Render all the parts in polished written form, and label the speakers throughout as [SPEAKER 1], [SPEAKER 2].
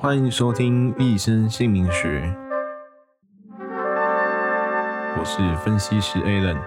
[SPEAKER 1] 欢迎收听一生姓名学，我是分析师 Alan。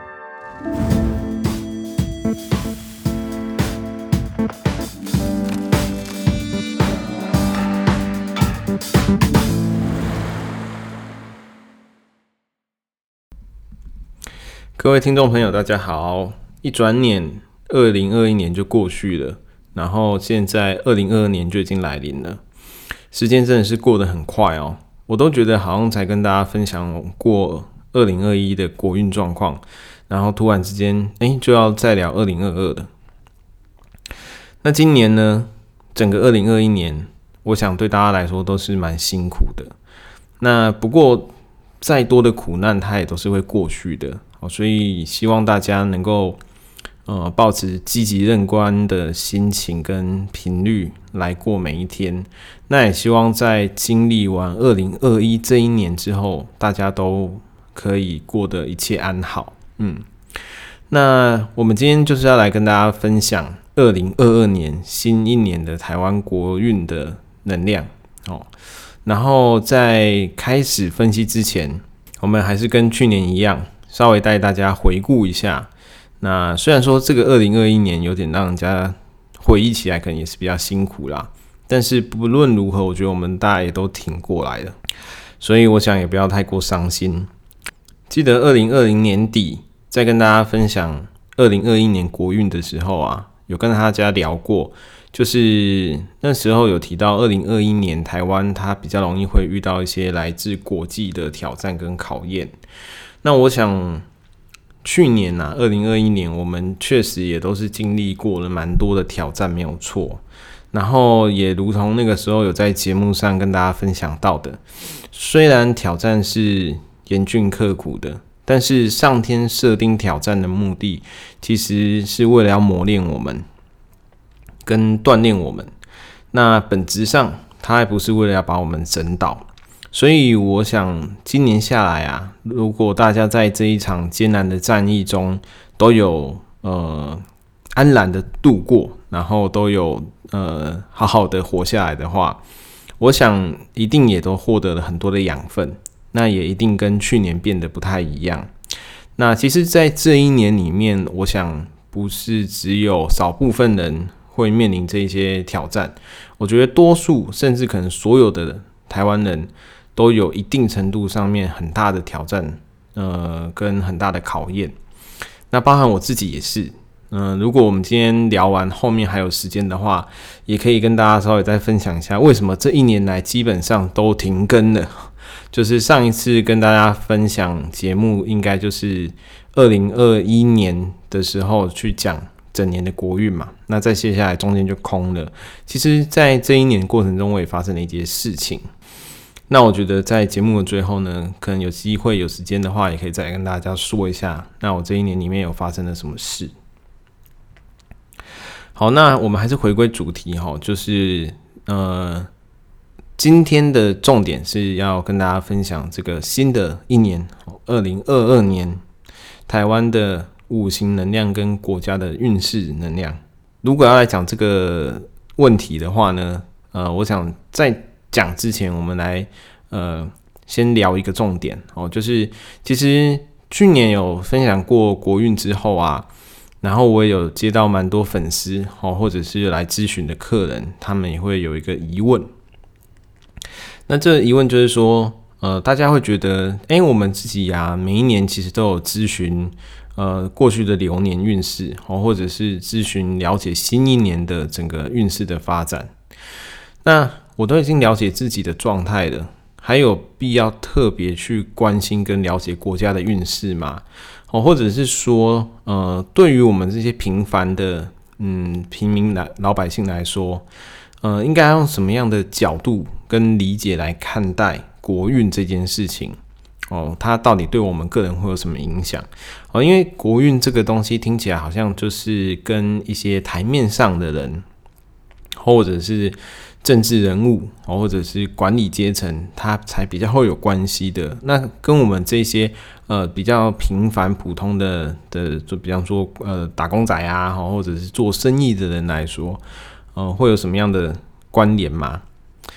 [SPEAKER 1] 各位听众朋友，大家好！一转眼，2021年就过去了，然后现在2022年就已经来临了。时间真的是过得很快哦，我都觉得好像才跟大家分享过2021的国运状况，然后突然之间，就要再聊2022了。那今年呢，整个2021年，我想对大家来说都是蛮辛苦的。那不过再多的苦难，它也都是会过去的，所以希望大家能够抱持积极乐观的心情跟频率来过每一天。那也希望在经历完2021这一年之后，大家都可以过得一切安好。那我们今天就是要来跟大家分享2022年新一年的台湾国运的能量。然后在开始分析之前，我们还是跟去年一样，稍微带大家回顾一下。那虽然说这个2021年有点让人家回忆起来可能也是比较辛苦啦，但是不论如何，我觉得我们大家也都挺过来了，所以我想也不要太过伤心。记得2020年底在跟大家分享2021年国运的时候啊，有跟大家聊过，就是那时候有提到2021年台湾它比较容易会遇到一些来自国际的挑战跟考验。那我想去年2021年我们确实也都是经历过了蛮多的挑战，没有错。然后也如同那个时候有在节目上跟大家分享到的，虽然挑战是严峻刻苦的，但是上天设定挑战的目的，其实是为了要磨练我们跟锻炼我们。那本质上它还不是为了要把我们整倒。所以我想今年下来啊，如果大家在这一场艰难的战役中都有安然的度过，然后都有好好的活下来的话，我想一定也都获得了很多的养分，那也一定跟去年变得不太一样。那其实在这一年里面，我想不是只有少部分人会面临这些挑战，我觉得多数甚至可能所有的台湾人都有一定程度上面很大的挑战，跟很大的考验。那包含我自己也是，如果我们今天聊完后面还有时间的话，也可以跟大家稍微再分享一下，为什么这一年来基本上都停更了。就是上一次跟大家分享节目，应该就是2021年的时候去讲整年的国运嘛，那再接下来中间就空了。其实在这一年过程中，我也发生了一些事情。那我觉得在节目的最后呢，可能有机会有时间的话，也可以再跟大家说一下，那我这一年里面有发生了什么事。好，那我们还是回归主题就是今天的重点是要跟大家分享这个新的一年2022年台湾的五行能量跟国家的运势能量。如果要来讲这个问题的话呢，我想在讲之前，我们来先聊一个重点就是其实去年有分享过国运之后啊，然后我也有接到蛮多粉丝或者是来咨询的客人，他们也会有一个疑问。那这个疑问就是说，大家会觉得，我们自己每一年其实都有咨询过去的流年运势，或者是咨询了解新一年的整个运势的发展。那我都已经了解自己的状态了，还有必要特别去关心跟了解国家的运势吗？或者是说，对于我们这些平凡的平民老百姓来说，应该用什么样的角度跟理解来看待国运这件事情？它到底对我们个人会有什么影响？因为国运这个东西听起来好像就是跟一些台面上的人，或者是政治人物，或者是管理阶层，他才比较会有关系的。那跟我们这些比较平凡普通的就比方说打工仔啊，或者是做生意的人来说，会有什么样的关联吗？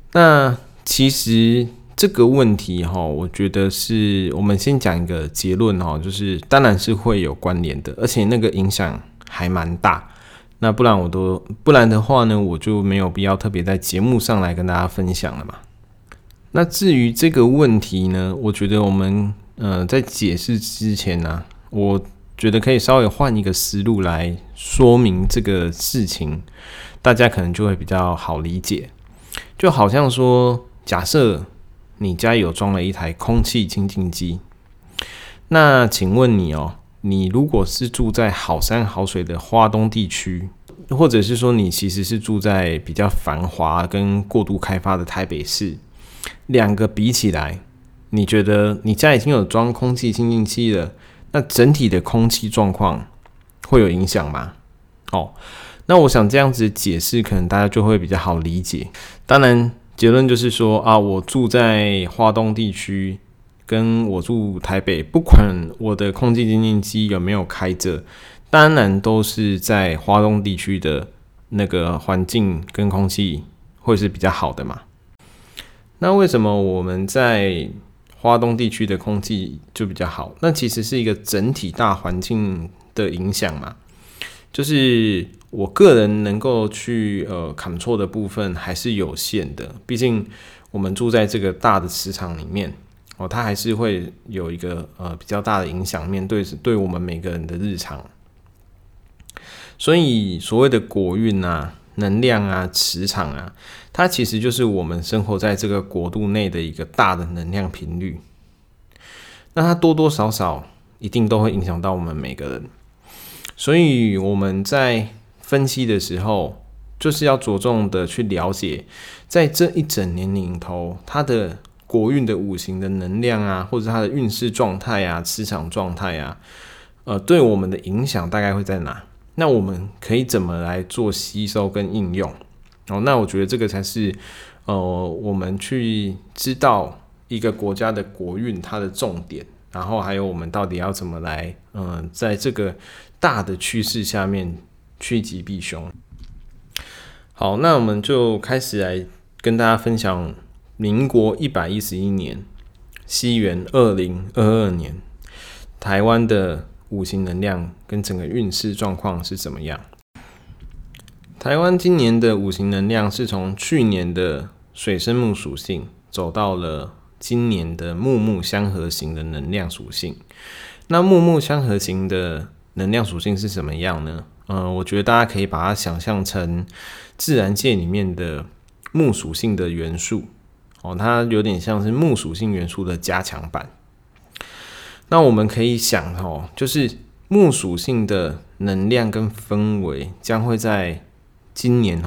[SPEAKER 1] 那其实这个问题我觉得是我们先讲一个结论就是当然是会有关联的，而且那个影响还蛮大。那不然的话呢，我就没有必要特别在节目上来跟大家分享了嘛。那至于这个问题呢，我觉得我们在解释之前呢，我觉得可以稍微换一个思路来说明这个事情，大家可能就会比较好理解。就好像说，假设你家有装了一台空气清净机，那请问你如果是住在好山好水的花东地区，或者是说你其实是住在比较繁华跟过度开发的台北市，两个比起来，你觉得你家已经有装空气清净机了，那整体的空气状况会有影响吗？那我想这样子解释，可能大家就会比较好理解。当然，结论就是说我住在花东地区，跟我住台北，不管我的空气清净机有没有开着，当然都是在花东地区的那个环境跟空气会是比较好的嘛。那为什么我们在花东地区的空气就比较好？那其实是一个整体大环境的影响嘛。就是我个人能够去control的部分还是有限的，毕竟我们住在这个大的磁场里面它还是会有一个比较大的影响面对我们每个人的日常。所以所谓的国运能量磁场它其实就是我们生活在这个国度内的一个大的能量频率。那它多多少少一定都会影响到我们每个人。所以我们在分析的时候，就是要着重的去了解，在这一整年里头，它的国运的五行的能量或者它的运势状态磁场状态对我们的影响大概会在哪？那我们可以怎么来做吸收跟应用？那我觉得这个才是我们去知道一个国家的国运它的重点，然后还有我们到底要怎么来在这个大的趋势下面趋吉避凶。好，那我们就开始来跟大家分享民国111年西元2022年台湾的五行能量跟整个运势状况是怎么样。台湾今年的五行能量是从去年的水生木属性走到了今年的木木相合型的能量属性。那木木相合型的能量属性是什么样呢？我觉得大家可以把它想象成自然界里面的木属性的元素它有点像是木属性元素的加强版。那我们可以想就是木属性的能量跟氛围将会在今年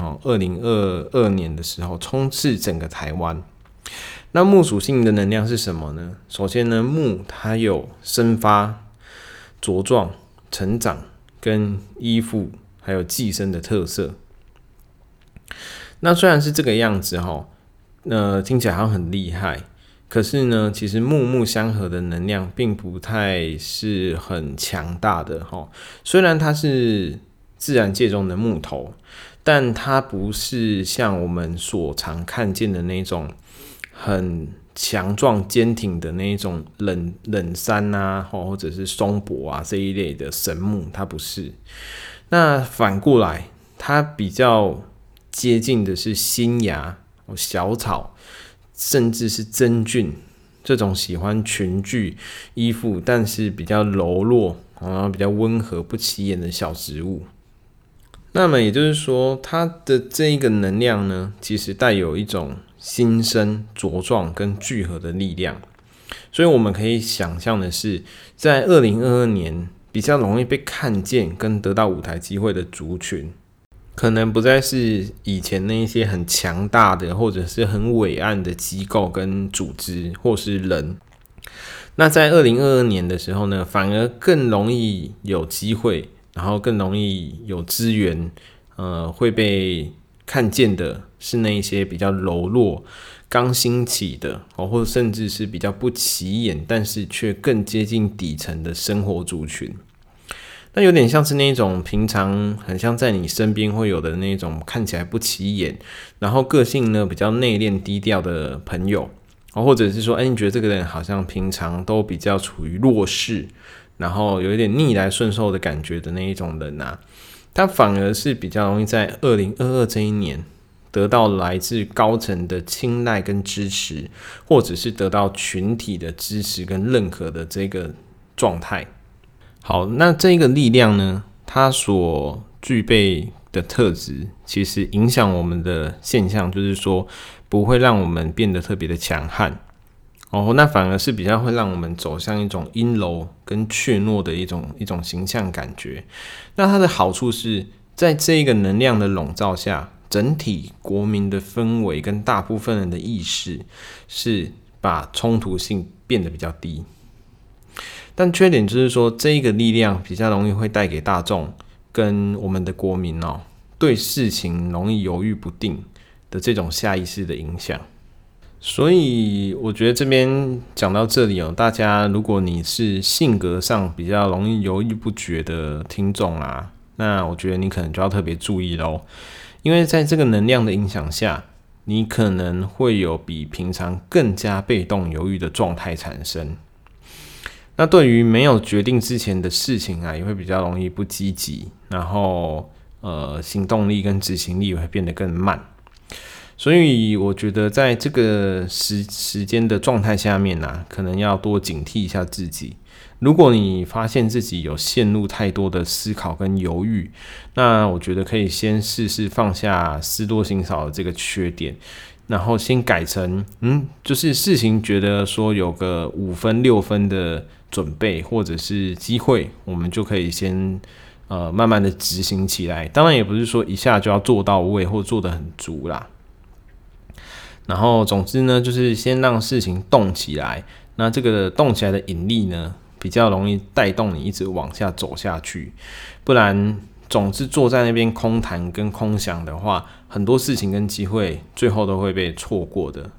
[SPEAKER 1] 2022年的时候充斥整个台湾。那木属性的能量是什么呢？首先呢，木它有生发、茁壮、成长跟依附还有寄生的特色。那虽然是这个样子听起来好像很厉害，可是呢，其实木木相合的能量并不太是很强大的虽然它是自然界中的木头，但它不是像我们所常看见的那种很强壮坚挺的那种冷杉或者是松柏这一类的神木，它不是。那反过来，它比较接近的是新芽、小草，甚至是真菌这种喜欢群聚依附，但是比较柔弱比较温和不起眼的小植物。那么也就是说，它的这一个能量呢，其实带有一种新生、茁壮跟聚合的力量。所以我们可以想象的是，在2022年比较容易被看见跟得到舞台机会的族群，可能不再是以前那一些很强大的或者是很伟岸的机构跟组织或是人。那在2022年的时候呢，反而更容易有机会，然后更容易有资源会被看见的是那一些比较柔弱刚兴起的或者甚至是比较不起眼但是却更接近底层的生活族群。 那有点像是那种平常很像在你身边会有的那种看起来不起眼，然后个性呢比较内敛低调的朋友，或者是说，你觉得这个人好像平常都比较处于弱势，然后有一点逆来顺受的感觉的那一种人啊，他反而是比较容易在2022这一年得到来自高层的青睐跟支持，或者是得到群体的支持跟认可的这个状态。好，那这个力量呢，它所具备的特质，其实影响我们的现象，就是说不会让我们变得特别的强悍那反而是比较会让我们走向一种阴柔跟怯懦的一种形象感觉。那它的好处是在这一个能量的笼罩下，整体国民的氛围跟大部分人的意识是把冲突性变得比较低。但缺点就是说，这一个力量比较容易会带给大众跟我们的国民对事情容易犹豫不定的这种下意识的影响。所以我觉得这边讲到这里大家如果你是性格上比较容易犹豫不决的听众那我觉得你可能就要特别注意咯，因为在这个能量的影响下，你可能会有比平常更加被动犹豫的状态产生。那对于没有决定之前的事情也会比较容易不积极，然后行动力跟执行力也会变得更慢。所以我觉得在这个时间的状态下面可能要多警惕一下自己。如果你发现自己有陷入太多的思考跟犹豫，那我觉得可以先试试放下思多行少的这个缺点，然后先改成就是事情觉得说有个5分6分的准备或者是机会，我们就可以先慢慢的执行起来。当然也不是说一下就要做到位或做得很足啦。然后总之呢，就是先让事情动起来，那这个动起来的引力呢，比较容易带动你一直往下走下去。不然总是坐在那边空谈跟空想的话，很多事情跟机会最后都会被错过的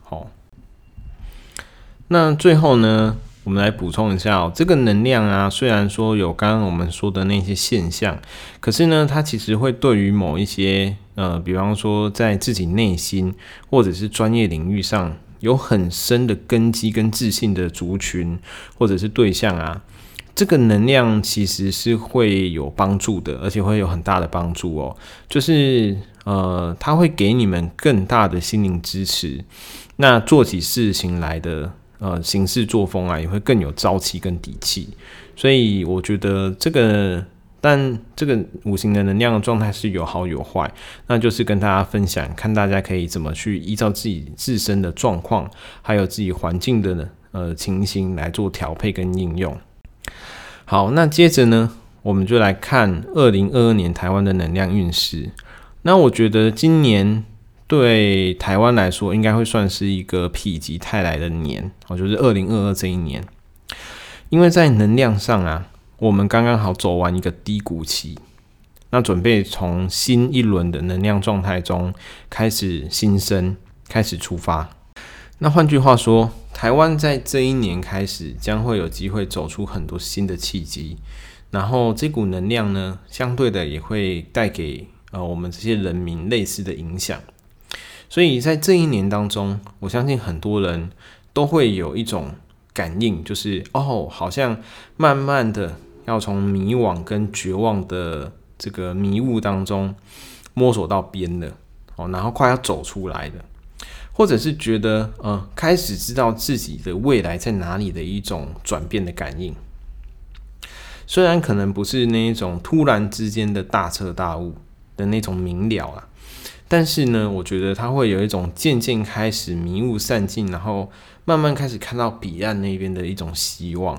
[SPEAKER 1] 那最后呢，我们来补充一下这个能量虽然说有刚刚我们说的那些现象，可是呢，它其实会对于某一些比方说在自己内心或者是专业领域上有很深的根基跟自信的族群或者是对象这个能量其实是会有帮助的，而且会有很大的帮助就是它会给你们更大的心灵支持，那做起事情来的行事作风也会更有朝气跟底气。所以我觉得但这个五行的能量的状态是有好有坏，那就是跟大家分享，看大家可以怎么去依照自己自身的状况，还有自己环境的情形来做调配跟应用。好，那接着呢，我们就来看2022年台湾的能量运势。那我觉得今年对台湾来说应该会算是一个否极泰来的年，就是2022这一年。因为在能量上我们刚刚好走完一个低谷期，那准备从新一轮的能量状态中开始新生，开始出发。那换句话说，台湾在这一年开始将会有机会走出很多新的契机，然后这股能量呢，相对的也会带给我们这些人民类似的影响。所以在这一年当中，我相信很多人都会有一种感应，就是好像慢慢的要从迷惘跟绝望的这个迷雾当中摸索到边了然后快要走出来了，或者是觉得开始知道自己的未来在哪里的一种转变的感应。虽然可能不是那一种突然之间的大彻大悟的那种明了但是呢，我觉得它会有一种渐渐开始迷雾散尽，然后慢慢开始看到彼岸那边的一种希望。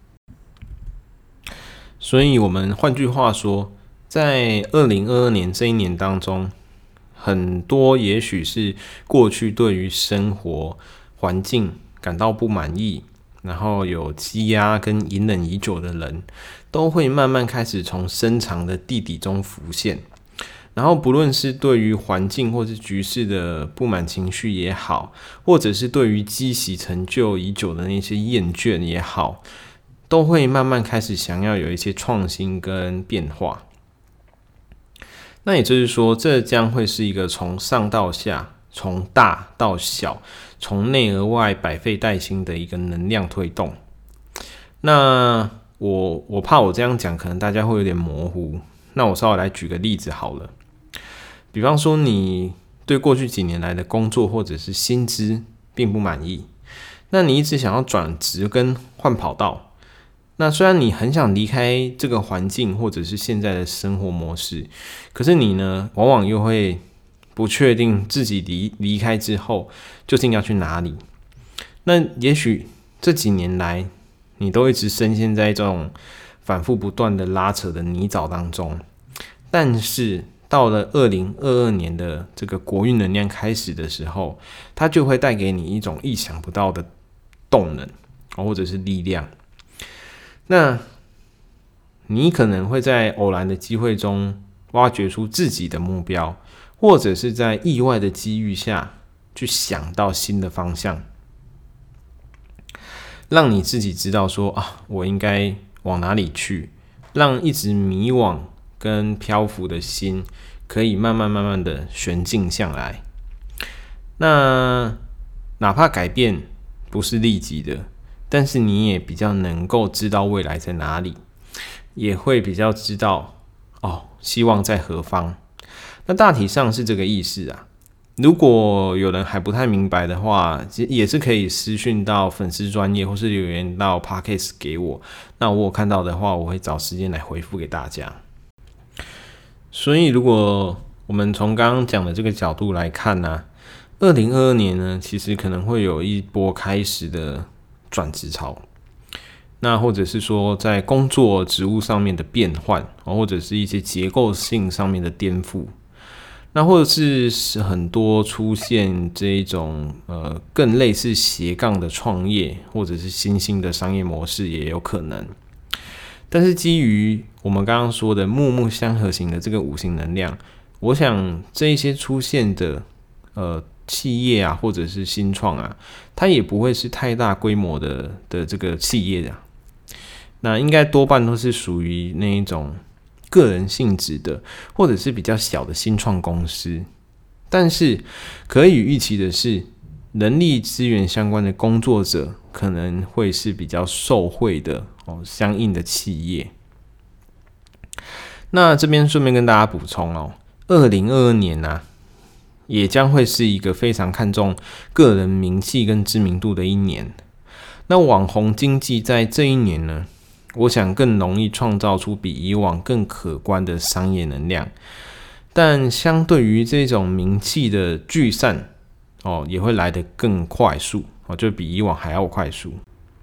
[SPEAKER 1] 所以我们换句话说，在2022年这一年当中，很多也许是过去对于生活环境感到不满意，然后有积压跟隐忍已久的人，都会慢慢开始从深藏的地底中浮现。然后不论是对于环境或是局势的不满情绪也好，或者是对于积习成就已久的那些厌倦也好， 都会慢慢开始想要有一些创新跟变化。那也就是说，这将会是一个从上到下，从大到小，从内而外百废待兴的一个能量推动。那我怕我这样讲，可能大家会有点模糊。那我稍微来举个例子好了。比方说，你对过去几年来的工作或者是薪资并不满意，那你一直想要转职跟换跑道。那虽然你很想离开这个环境或者是现在的生活模式，可是你呢，往往又会不确定自己离开之后究竟要去哪里。那也许这几年来，你都一直深陷在这种反复不断的拉扯的泥沼当中，但是到了2022年的这个国运能量开始的时候，它就会带给你一种意想不到的动能或者是力量。那你可能会在偶然的机会中挖掘出自己的目标，或者是在意外的机遇下去想到新的方向，让你自己知道说我应该往哪里去，让一直迷惘跟漂浮的心可以慢慢的悬静下来。那哪怕改变不是立即的，但是你也比较能够知道未来在哪里，也会比较知道希望在何方。那大体上是这个意思啊。如果有人还不太明白的话，也是可以私讯到粉丝专页，或是留言到 Podcast 给我。那我有看到的话，我会找时间来回复给大家。所以，如果我们从刚刚讲的这个角度来看呢，2022年呢，其实可能会有一波开始的转职潮，那或者是说在工作职务上面的变换，或者是一些结构性上面的颠覆，那或者是很多出现这一种更类似斜杠的创业，或者是新兴的商业模式也有可能。但是基于我们刚刚说的木木相合型的这个五行能量，我想这一些出现的企业啊，或者是新创啊，它也不会是太大规模的这个企业啊。那应该多半都是属于那一种个人性质的，或者是比较小的新创公司。但是可以预期的是，人力资源相关的工作者可能会是比较受惠的相应的企业。那这边顺便跟大家补充2022年啊，也将会是一个非常看重个人名气跟知名度的一年。那网红经济在这一年呢，我想更容易创造出比以往更可观的商业能量，但相对于这种名气的聚散也会来得更快速就比以往还要快速。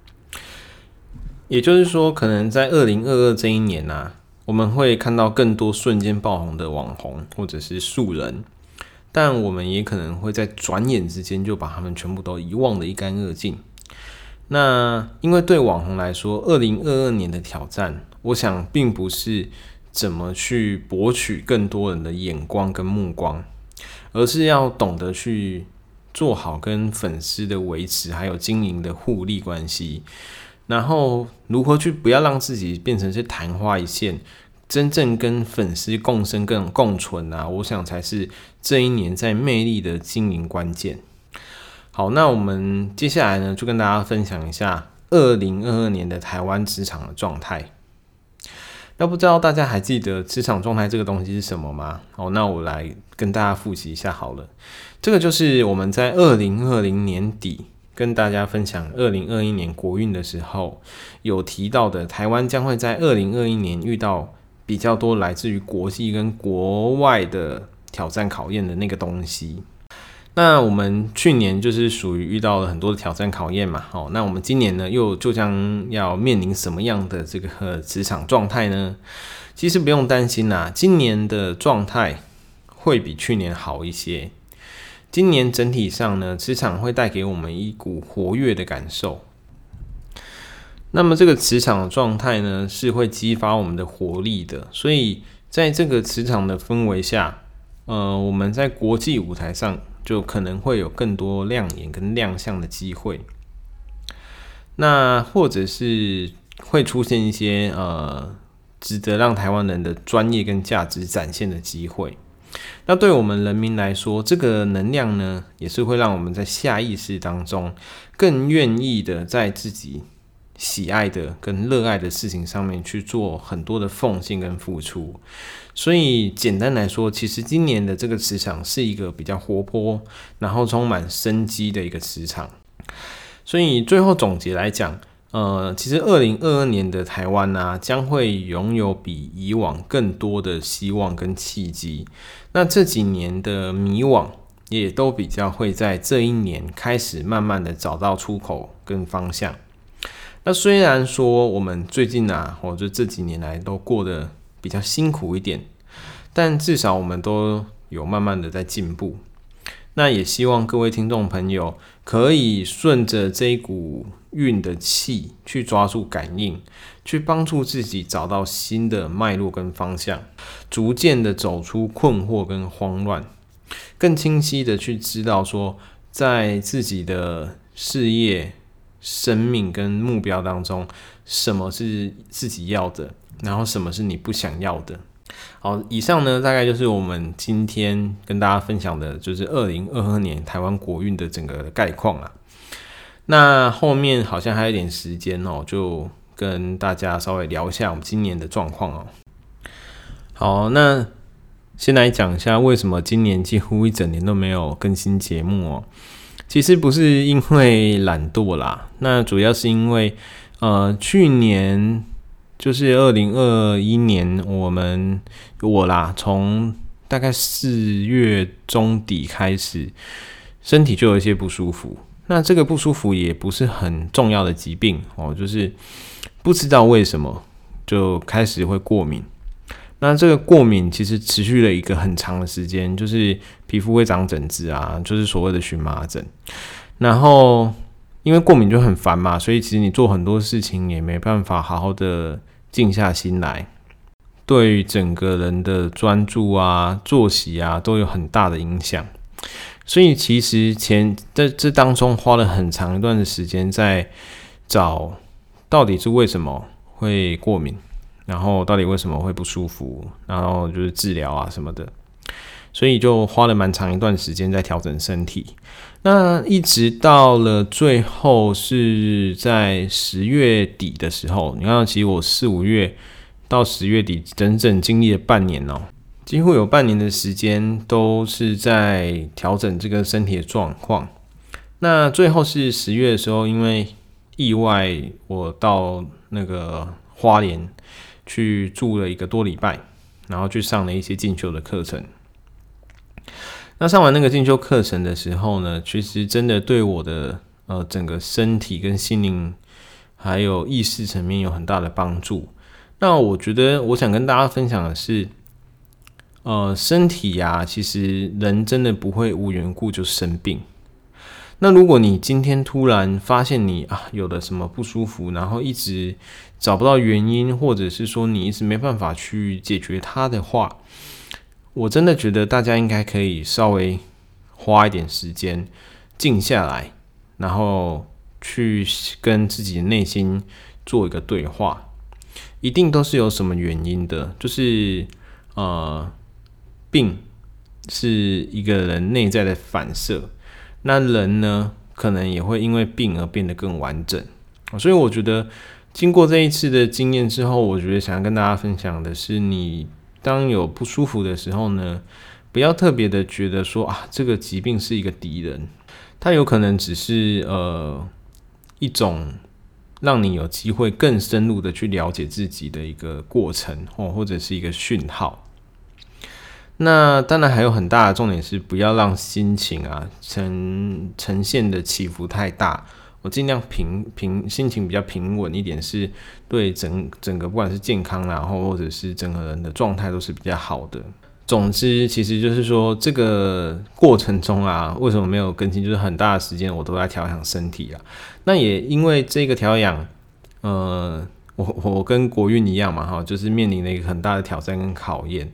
[SPEAKER 1] 也就是说，可能在2022这一年啊，我们会看到更多瞬间爆红的网红或者是素人，但我们也可能会在转眼之间就把他们全部都遗忘得一干二净。那因为对网红来说，2022年的挑战，我想并不是怎么去博取更多人的眼光跟目光，而是要懂得去做好跟粉丝的维持还有经营的互利关系，然后如何去不要让自己变成是昙花一现，真正跟粉丝共生跟共存啊，我想才是这一年在魅力的经营关键。好，那我们接下来呢，就跟大家分享一下2022年的台湾职场的状态。那不知道大家还记得职场状态这个东西是什么吗？那我来跟大家复习一下好了。这个就是我们在2020年底跟大家分享2021年国运的时候有提到的，台湾将会在2021年遇到比较多来自于国际跟国外的挑战考验的那个东西。那我们去年就是属于遇到了很多的挑战考验嘛，那我们今年呢又就将要面临什么样的这个职场状态呢？其实不用担心啦，今年的状态会比去年好一些。今年整体上呢，职场会带给我们一股活跃的感受。那么这个职场的状态呢，是会激发我们的活力的，所以在这个职场的氛围下，我们在国际舞台上就可能会有更多亮眼跟亮相的机会。那或者是会出现一些值得让台湾人的专业跟价值展现的机会。那对我们人民来说，这个能量呢，也是会让我们在下意识当中更愿意的在自己喜爱的跟热爱的事情上面去做很多的奉献跟付出。所以简单来说，其实今年的这个磁场是一个比较活泼，然后充满生机的一个磁场。所以最后总结来讲，其实2022年的台湾啊，将会拥有比以往更多的希望跟契机。那这几年的迷惘，也都比较会在这一年开始慢慢的找到出口跟方向。那虽然说我们最近啊，或者这几年来都过得比较辛苦一点，但至少我们都有慢慢的在进步。那也希望各位听众朋友可以顺着这一股运的气去抓住感应，去帮助自己找到新的脉络跟方向，逐渐的走出困惑跟慌乱，更清晰的去知道说，在自己的事业、生命跟目标当中，什么是自己要的，然后什么是你不想要的。好，以上呢大概就是我们今天跟大家分享的，就是2022年台湾国运的整个概况啦。那后面好像还有点时间哦，就跟大家稍微聊一下我们今年的状况哦。好，那先来讲一下为什么今年几乎一整年都没有更新节目哦。其实不是因为懒惰啦，那主要是因为去年就是2021年我啦，从大概4月中底开始，身体就有一些不舒服。那这个不舒服也不是很重要的疾病哦，就是不知道为什么就开始会过敏。那这个过敏其实持续了一个很长的时间，就是皮肤会长疹子啊，就是所谓的荨麻疹。然后因为过敏就很烦嘛，所以其实你做很多事情也没办法好好的静下心来，对于整个人的专注啊、作息啊都有很大的影响。所以其实这当中花了很长一段的时间在找到底是为什么会过敏，然后到底为什么会不舒服，然后就是治疗啊什么的，所以就花了蛮长一段时间在调整身体。那一直到了最后是在10月底的时候，你看其实我4、5月到10月底整整经历了半年哦，几乎有半年的时间都是在调整这个身体的状况。那最后是10月的时候，因为意外我到那个花莲去住了1个多礼拜，然后去上了一些进修的课程。那上完那个进修课程的时候呢，其实真的对我的整个身体跟心灵还有意识层面有很大的帮助。那我觉得我想跟大家分享的是，身体啊，其实人真的不会无缘故就生病。那如果你今天突然发现你有了什么不舒服，然后一直找不到原因，或者是说你一直没办法去解决它的话，我真的觉得大家应该可以稍微花一点时间静下来，然后去跟自己的内心做一个对话，一定都是有什么原因的，就是病是一个人内在的反射，那人呢可能也会因为病而变得更完整。所以我觉得经过这一次的经验之后，我觉得想要跟大家分享的是，你当有不舒服的时候呢，不要特别的觉得说这个疾病是一个敌人，它有可能只是一种让你有机会更深入的去了解自己的一个过程或者是一个讯号。那当然还有很大的重点是，不要让心情呈现的起伏太大。我尽量心情比较平稳一点，是对整个不管是健康啦，或者是整个人的状态都是比较好的。总之，其实就是说这个过程中为什么没有更新，就是很大的时间我都在调养身体啦。那也因为这个调养，我跟国运一样嘛，就是面临了一个很大的挑战跟考验。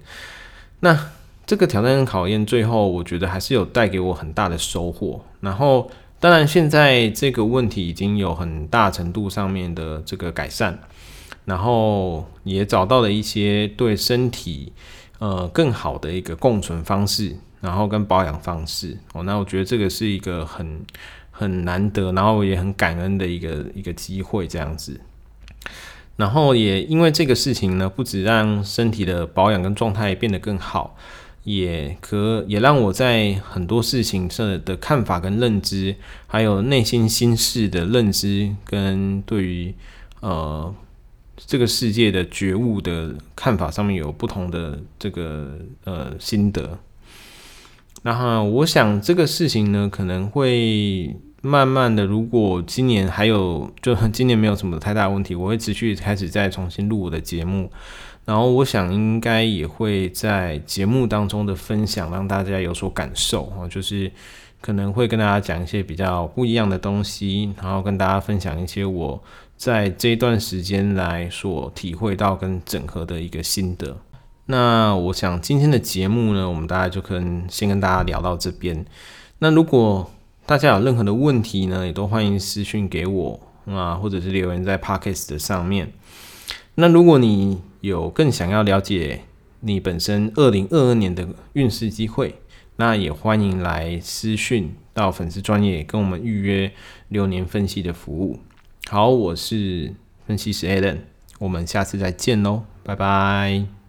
[SPEAKER 1] 那这个挑战跟考验，最后我觉得还是有带给我很大的收获。然后当然，现在这个问题已经有很大程度上面的这个改善，然后也找到了一些对身体更好的一个共存方式，然后跟保养方式。那我觉得这个是一个很难得，然后也很感恩的一个机会这样子。然后也因为这个事情呢，不止让身体的保养跟状态变得更好，也让我在很多事情上的看法跟认知，还有内心心事的认知，跟对于这个世界的觉悟的看法上面有不同的这个心得。那我想这个事情呢，可能会慢慢的，如果今年今年没有什么太大的问题，我会持续开始再重新录我的节目。然后我想应该也会在节目当中的分享让大家有所感受，就是可能会跟大家讲一些比较不一样的东西，然后跟大家分享一些我在这一段时间来所体会到跟整合的一个心得。那我想今天的节目呢，我们大概就可能先跟大家聊到这边。那如果大家有任何的问题呢，也都欢迎私讯给我或者是留言在 Podcast 的上面。那如果你有更想要了解你本身2022年的运势机会，那也欢迎来私讯到粉丝专页跟我们预约流年分析的服务。好，我是分析师 Alan， 我们下次再见咯，拜拜。